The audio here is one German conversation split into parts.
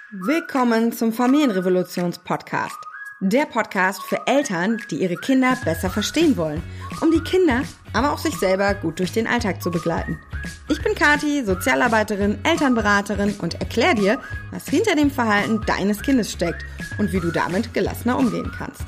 Willkommen zum Familienrevolutions-Podcast. Der Podcast für Eltern, die ihre Kinder besser verstehen wollen, um die Kinder, aber auch sich selber gut durch den Alltag zu begleiten. Ich bin Kathi, Sozialarbeiterin, Elternberaterin und erkläre dir, was hinter dem Verhalten deines Kindes steckt und wie du damit gelassener umgehen kannst.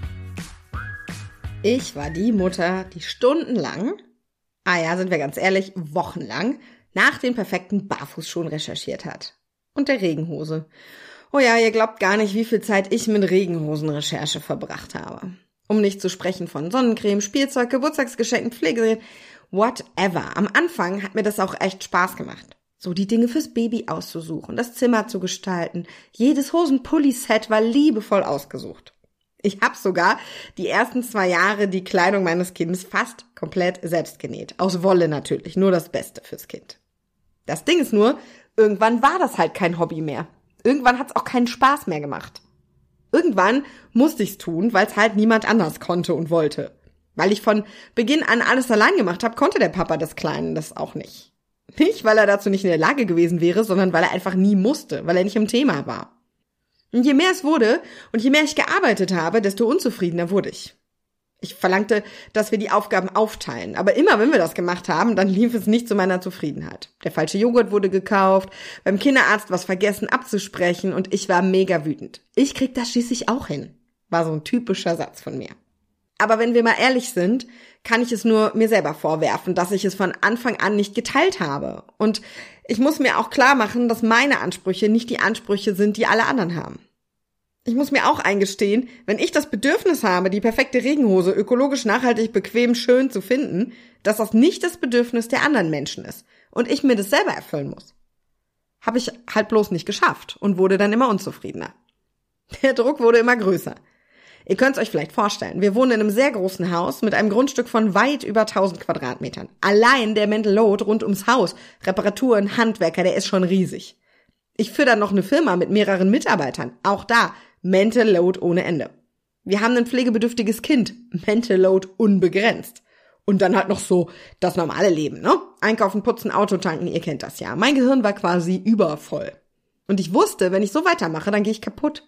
Ich war die Mutter, die stundenlang, sind wir ganz ehrlich, wochenlang, nach den perfekten Barfußschuhen recherchiert hat. Und der Regenhose. Oh ja, ihr glaubt gar nicht, wie viel Zeit ich mit Regenhosenrecherche verbracht habe. Um nicht zu sprechen von Sonnencreme, Spielzeug, Geburtstagsgeschenken, Pflegegeräten, whatever. Am Anfang hat mir das auch echt Spaß gemacht. So die Dinge fürs Baby auszusuchen, das Zimmer zu gestalten. Jedes Hosen-Pulli-Set war liebevoll ausgesucht. Ich habe sogar die ersten 2 Jahre die Kleidung meines Kindes fast komplett selbst genäht. Aus Wolle natürlich, nur das Beste fürs Kind. Das Ding ist nur, irgendwann war das halt kein Hobby mehr. Irgendwann hat's auch keinen Spaß mehr gemacht. Irgendwann musste ich's tun, weil es halt niemand anders konnte und wollte. Weil ich von Beginn an alles allein gemacht habe, konnte der Papa des Kleinen das auch nicht. Nicht, weil er dazu nicht in der Lage gewesen wäre, sondern weil er einfach nie musste, weil er nicht im Thema war. Und je mehr es wurde und je mehr ich gearbeitet habe, desto unzufriedener wurde ich. Ich verlangte, dass wir die Aufgaben aufteilen. Aber immer, wenn wir das gemacht haben, dann lief es nicht zu meiner Zufriedenheit. Der falsche Joghurt wurde gekauft, beim Kinderarzt was vergessen abzusprechen und ich war mega wütend. Ich krieg das schließlich auch hin, war so ein typischer Satz von mir. Aber wenn wir mal ehrlich sind, kann ich es nur mir selber vorwerfen, dass ich es von Anfang an nicht geteilt habe. Und ich muss mir auch klar machen, dass meine Ansprüche nicht die Ansprüche sind, die alle anderen haben. Ich muss mir auch eingestehen, wenn ich das Bedürfnis habe, die perfekte Regenhose ökologisch, nachhaltig, bequem, schön zu finden, dass das nicht das Bedürfnis der anderen Menschen ist und ich mir das selber erfüllen muss. Habe ich halt bloß nicht geschafft und wurde dann immer unzufriedener. Der Druck wurde immer größer. Ihr könnt es euch vielleicht vorstellen, wir wohnen in einem sehr großen Haus mit einem Grundstück von weit über 1000 Quadratmetern. Allein der Mental Load rund ums Haus, Reparaturen, Handwerker, der ist schon riesig. Ich führe dann noch eine Firma mit mehreren Mitarbeitern, auch da Mental Load ohne Ende. Wir haben ein pflegebedürftiges Kind, Mental Load unbegrenzt. Und dann halt noch so das normale Leben, ne? Einkaufen, putzen, Auto tanken, ihr kennt das ja. Mein Gehirn war quasi übervoll. Und ich wusste, wenn ich so weitermache, dann gehe ich kaputt.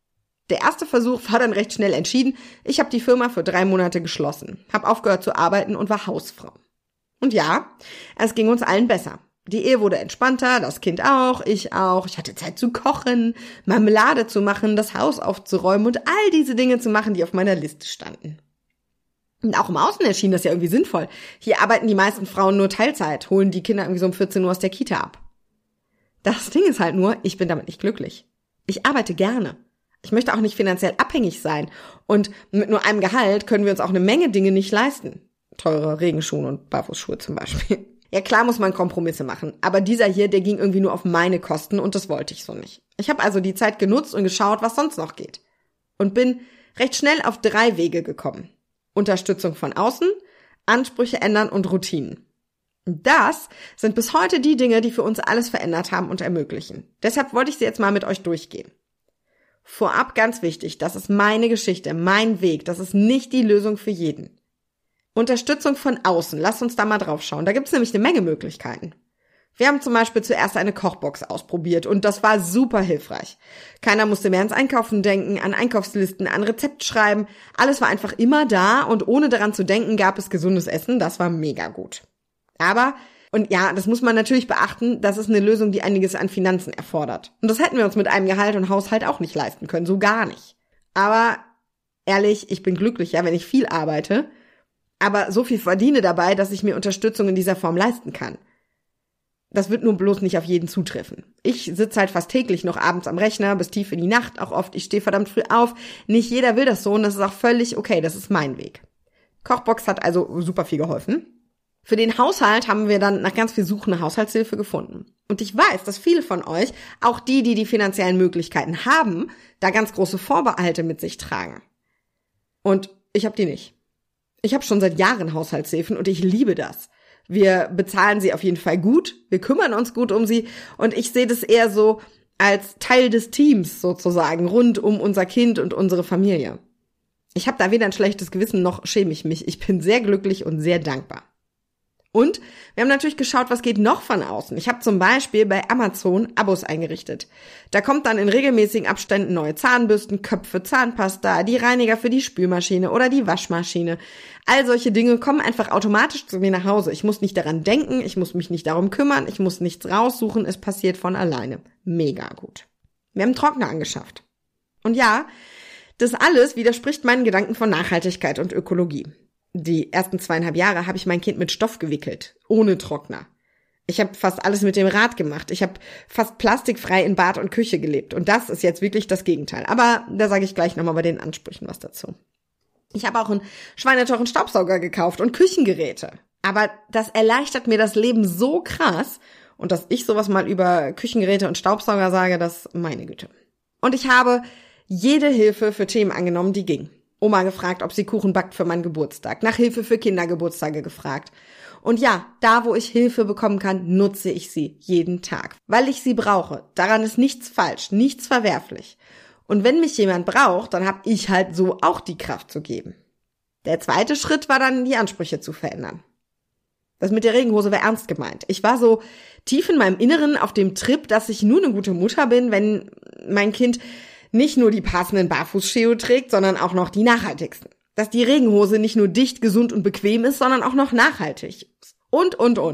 Der erste Versuch war dann recht schnell entschieden. Ich habe die Firma für 3 Monate geschlossen, habe aufgehört zu arbeiten und war Hausfrau. Und ja, es ging uns allen besser. Die Ehe wurde entspannter, das Kind auch, ich auch. Ich hatte Zeit zu kochen, Marmelade zu machen, das Haus aufzuräumen und all diese Dinge zu machen, die auf meiner Liste standen. Und auch im Außen erschien das ja irgendwie sinnvoll. Hier arbeiten die meisten Frauen nur Teilzeit, holen die Kinder irgendwie so um 14 Uhr aus der Kita ab. Das Ding ist halt nur, ich bin damit nicht glücklich. Ich arbeite gerne. Ich möchte auch nicht finanziell abhängig sein. Und mit nur einem Gehalt können wir uns auch eine Menge Dinge nicht leisten. Teure Regenschuhe und Barfußschuhe zum Beispiel. Ja, klar muss man Kompromisse machen, aber dieser hier, der ging irgendwie nur auf meine Kosten und das wollte ich so nicht. Ich habe also die Zeit genutzt und geschaut, was sonst noch geht. Und bin recht schnell auf 3 Wege gekommen. Unterstützung von außen, Ansprüche ändern und Routinen. Das sind bis heute die Dinge, die für uns alles verändert haben und ermöglichen. Deshalb wollte ich sie jetzt mal mit euch durchgehen. Vorab ganz wichtig, das ist meine Geschichte, mein Weg, das ist nicht die Lösung für jeden. Unterstützung von außen, lasst uns da mal drauf schauen. Da gibt's nämlich eine Menge Möglichkeiten. Wir haben zum Beispiel zuerst eine Kochbox ausprobiert und das war super hilfreich. Keiner musste mehr ans Einkaufen denken, an Einkaufslisten, an Rezept schreiben. Alles war einfach immer da und ohne daran zu denken, gab es gesundes Essen. Das war mega gut. Aber, und ja, das muss man natürlich beachten, das ist eine Lösung, die einiges an Finanzen erfordert. Und das hätten wir uns mit einem Gehalt und Haushalt auch nicht leisten können, so gar nicht. Aber ehrlich, ich bin glücklicher, wenn ich viel arbeite, aber so viel verdiene dabei, dass ich mir Unterstützung in dieser Form leisten kann. Das wird nur bloß nicht auf jeden zutreffen. Ich sitze halt fast täglich noch abends am Rechner, bis tief in die Nacht, auch oft, ich stehe verdammt früh auf. Nicht jeder will das so und das ist auch völlig okay, das ist mein Weg. Kochbox hat also super viel geholfen. Für den Haushalt haben wir dann nach ganz viel Suchen eine Haushaltshilfe gefunden. Und ich weiß, dass viele von euch, auch die finanziellen Möglichkeiten haben, da ganz große Vorbehalte mit sich tragen. Und ich habe die nicht. Ich habe schon seit Jahren Haushaltshilfen und ich liebe das. Wir bezahlen sie auf jeden Fall gut, wir kümmern uns gut um sie und ich sehe das eher so als Teil des Teams sozusagen rund um unser Kind und unsere Familie. Ich habe da weder ein schlechtes Gewissen noch schäme ich mich. Ich bin sehr glücklich und sehr dankbar. Und wir haben natürlich geschaut, was geht noch von außen. Ich habe zum Beispiel bei Amazon Abos eingerichtet. Da kommt dann in regelmäßigen Abständen neue Zahnbürsten, Köpfe, Zahnpasta, die Reiniger für die Spülmaschine oder die Waschmaschine. All solche Dinge kommen einfach automatisch zu mir nach Hause. Ich muss nicht daran denken, ich muss mich nicht darum kümmern, ich muss nichts raussuchen, es passiert von alleine. Mega gut. Wir haben einen Trockner angeschafft. Und ja, das alles widerspricht meinen Gedanken von Nachhaltigkeit und Ökologie. Die ersten 2,5 Jahre habe ich mein Kind mit Stoff gewickelt, ohne Trockner. Ich habe fast alles mit dem Rad gemacht. Ich habe fast plastikfrei in Bad und Küche gelebt. Und das ist jetzt wirklich das Gegenteil. Aber da sage ich gleich nochmal bei den Ansprüchen was dazu. Ich habe auch einen schweineteuren Staubsauger gekauft und Küchengeräte. Aber das erleichtert mir das Leben so krass. Und dass ich sowas mal über Küchengeräte und Staubsauger sage, das meine Güte. Und ich habe jede Hilfe für Themen angenommen, die ging. Oma gefragt, ob sie Kuchen backt für meinen Geburtstag. Nach Hilfe für Kindergeburtstage gefragt. Und ja, da wo ich Hilfe bekommen kann, nutze ich sie jeden Tag. Weil ich sie brauche. Daran ist nichts falsch, nichts verwerflich. Und wenn mich jemand braucht, dann habe ich halt so auch die Kraft zu geben. Der zweite Schritt war dann, die Ansprüche zu verändern. Das mit der Regenhose war ernst gemeint. Ich war so tief in meinem Inneren auf dem Trip, dass ich nur eine gute Mutter bin, wenn mein Kind nicht nur die passenden Barfußschuhe trägt, sondern auch noch die nachhaltigsten. Dass die Regenhose nicht nur dicht, gesund und bequem ist, sondern auch noch nachhaltig. Und.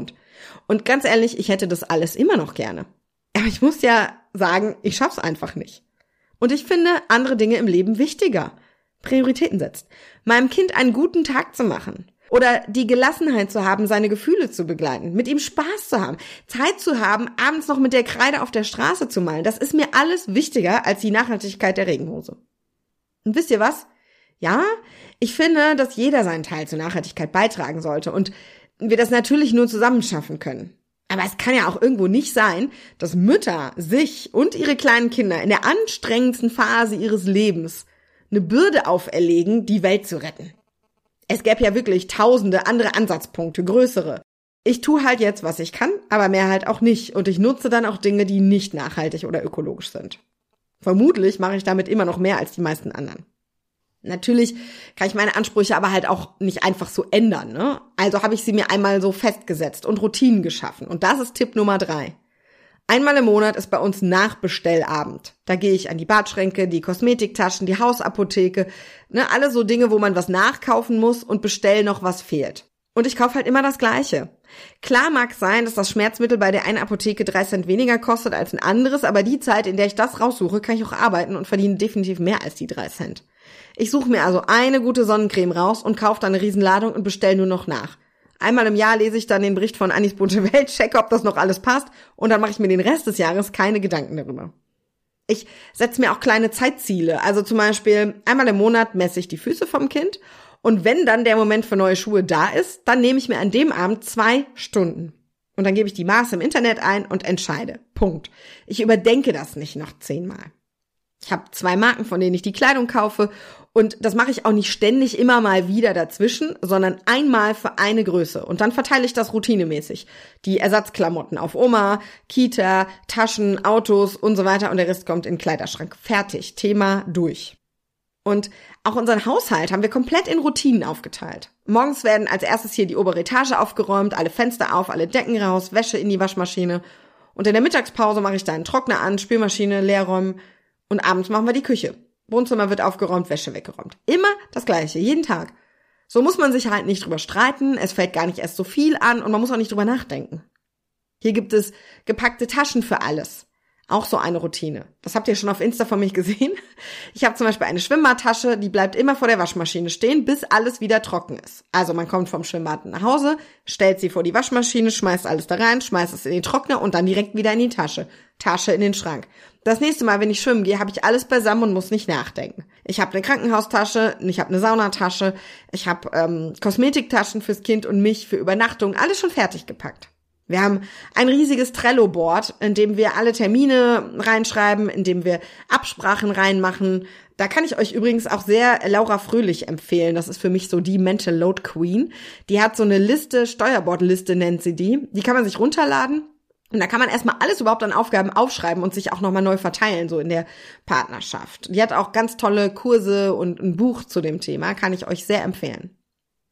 Und ganz ehrlich, ich hätte das alles immer noch gerne. Aber ich muss ja sagen, ich schaff's einfach nicht. Und ich finde andere Dinge im Leben wichtiger. Prioritäten setzt. Meinem Kind einen guten Tag zu machen. Oder die Gelassenheit zu haben, seine Gefühle zu begleiten, mit ihm Spaß zu haben, Zeit zu haben, abends noch mit der Kreide auf der Straße zu malen. Das ist mir alles wichtiger als die Nachhaltigkeit der Regenhose. Und wisst ihr was? Ja, ich finde, dass jeder seinen Teil zur Nachhaltigkeit beitragen sollte und wir das natürlich nur zusammen schaffen können. Aber es kann ja auch irgendwo nicht sein, dass Mütter sich und ihre kleinen Kinder in der anstrengendsten Phase ihres Lebens eine Bürde auferlegen, die Welt zu retten. Es gäbe ja wirklich tausende andere Ansatzpunkte, größere. Ich tue halt jetzt, was ich kann, aber mehr halt auch nicht. Und ich nutze dann auch Dinge, die nicht nachhaltig oder ökologisch sind. Vermutlich mache ich damit immer noch mehr als die meisten anderen. Natürlich kann ich meine Ansprüche aber halt auch nicht einfach so ändern, ne? Also habe ich sie mir einmal so festgesetzt und Routinen geschaffen. Und das ist Tipp Nummer 3. Einmal im Monat ist bei uns Nachbestellabend. Da gehe ich an die Badschränke, die Kosmetiktaschen, die Hausapotheke, ne, alle so Dinge, wo man was nachkaufen muss und bestelle noch was fehlt. Und ich kaufe halt immer das Gleiche. Klar mag sein, dass das Schmerzmittel bei der einen Apotheke 3 Cent weniger kostet als ein anderes, aber die Zeit, in der ich das raussuche, kann ich auch arbeiten und verdiene definitiv mehr als die 3 Cent. Ich suche mir also eine gute Sonnencreme raus und kaufe dann eine Riesenladung und bestelle nur noch nach. Einmal im Jahr lese ich dann den Bericht von Annis bunte Welt, checke, ob das noch alles passt und dann mache ich mir den Rest des Jahres keine Gedanken darüber. Ich setze mir auch kleine Zeitziele, also zum Beispiel einmal im Monat messe ich die Füße vom Kind und wenn dann der Moment für neue Schuhe da ist, dann nehme ich mir an dem Abend 2 Stunden. Und dann gebe ich die Maße im Internet ein und entscheide. Punkt. Ich überdenke das nicht noch 10-mal. Ich habe 2 Marken, von denen ich die Kleidung kaufe und das mache ich auch nicht ständig immer mal wieder dazwischen, sondern einmal für eine Größe und dann verteile ich das routinemäßig. Die Ersatzklamotten auf Oma, Kita, Taschen, Autos und so weiter und der Rest kommt in den Kleiderschrank. Fertig, Thema durch. Und auch unseren Haushalt haben wir komplett in Routinen aufgeteilt. Morgens werden als erstes hier die obere Etage aufgeräumt, alle Fenster auf, alle Decken raus, Wäsche in die Waschmaschine und in der Mittagspause mache ich da einen Trockner an, Spülmaschine leer räumen. Und abends machen wir die Küche. Wohnzimmer wird aufgeräumt, Wäsche weggeräumt. Immer das Gleiche, jeden Tag. So muss man sich halt nicht drüber streiten, es fällt gar nicht erst so viel an und man muss auch nicht drüber nachdenken. Hier gibt es gepackte Taschen für alles. Auch so eine Routine. Das habt ihr schon auf Insta von mir gesehen. Ich habe zum Beispiel eine Schwimmbadtasche, die bleibt immer vor der Waschmaschine stehen, bis alles wieder trocken ist. Also man kommt vom Schwimmbad nach Hause, stellt sie vor die Waschmaschine, schmeißt alles da rein, schmeißt es in den Trockner und dann direkt wieder in die Tasche. Tasche in den Schrank. Das nächste Mal, wenn ich schwimmen gehe, habe ich alles beisammen und muss nicht nachdenken. Ich habe eine Krankenhaustasche, ich habe eine Saunatasche, ich habe Kosmetiktaschen fürs Kind und mich für Übernachtung, alles schon fertig gepackt. Wir haben ein riesiges Trello-Board, in dem wir alle Termine reinschreiben, in dem wir Absprachen reinmachen. Da kann ich euch übrigens auch sehr Laura Fröhlich empfehlen. Das ist für mich so die Mental Load Queen. Die hat so eine Liste, Steuerbordliste nennt sie die. Die kann man sich runterladen. Und da kann man erstmal alles überhaupt an Aufgaben aufschreiben und sich auch nochmal neu verteilen, so in der Partnerschaft. Die hat auch ganz tolle Kurse und ein Buch zu dem Thema, kann ich euch sehr empfehlen.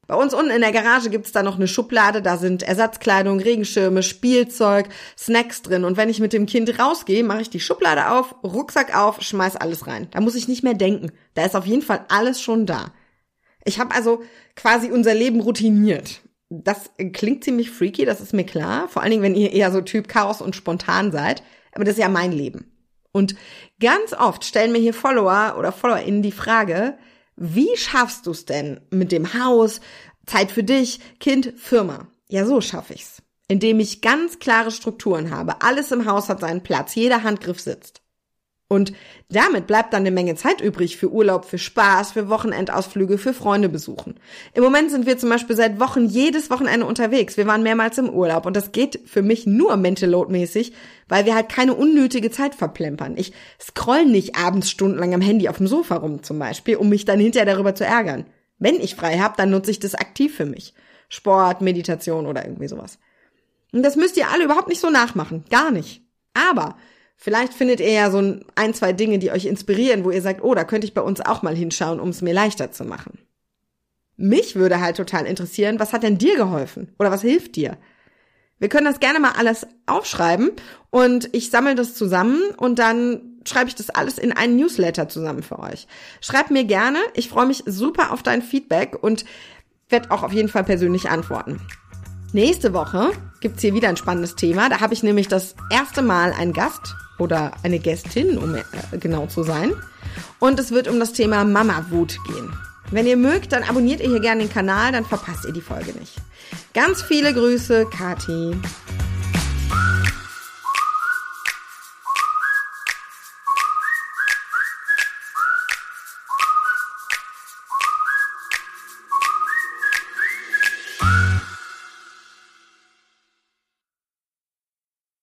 Bei uns unten in der Garage gibt's da noch eine Schublade, da sind Ersatzkleidung, Regenschirme, Spielzeug, Snacks drin. Und wenn ich mit dem Kind rausgehe, mache ich die Schublade auf, Rucksack auf, schmeiß alles rein. Da muss ich nicht mehr denken. Da ist auf jeden Fall alles schon da. Ich habe also quasi unser Leben routiniert. Das klingt ziemlich freaky, das ist mir klar. Vor allen Dingen, wenn ihr eher so Typ Chaos und spontan seid. Aber das ist ja mein Leben. Und ganz oft stellen mir hier Follower oder FollowerInnen die Frage, wie schaffst du es denn mit dem Haus, Zeit für dich, Kind, Firma? Ja, so schaffe ich's. Indem ich ganz klare Strukturen habe. Alles im Haus hat seinen Platz, jeder Handgriff sitzt. Und damit bleibt dann eine Menge Zeit übrig für Urlaub, für Spaß, für Wochenendausflüge, für Freunde besuchen. Im Moment sind wir zum Beispiel seit Wochen jedes Wochenende unterwegs. Wir waren mehrmals im Urlaub und das geht für mich nur mental load-mäßig, weil wir halt keine unnötige Zeit verplempern. Ich scroll nicht abends stundenlang am Handy auf dem Sofa rum zum Beispiel, um mich dann hinterher darüber zu ärgern. Wenn ich frei habe, dann nutze ich das aktiv für mich. Sport, Meditation oder irgendwie sowas. Und das müsst ihr alle überhaupt nicht so nachmachen. Gar nicht. Aber vielleicht findet ihr ja so ein, zwei Dinge, die euch inspirieren, wo ihr sagt, oh, da könnte ich bei uns auch mal hinschauen, um es mir leichter zu machen. Mich würde halt total interessieren, was hat denn dir geholfen? Oder was hilft dir? Wir können das gerne mal alles aufschreiben und ich sammle das zusammen und dann schreibe ich das alles in einen Newsletter zusammen für euch. Schreibt mir gerne, ich freue mich super auf dein Feedback und werde auch auf jeden Fall persönlich antworten. Nächste Woche gibt's hier wieder ein spannendes Thema. Da habe ich nämlich das erste Mal einen Gast oder eine Gästin, um genau zu sein. Und es wird um das Thema Mama-Wut gehen. Wenn ihr mögt, dann abonniert ihr hier gerne den Kanal, dann verpasst ihr die Folge nicht. Ganz viele Grüße, Kathi.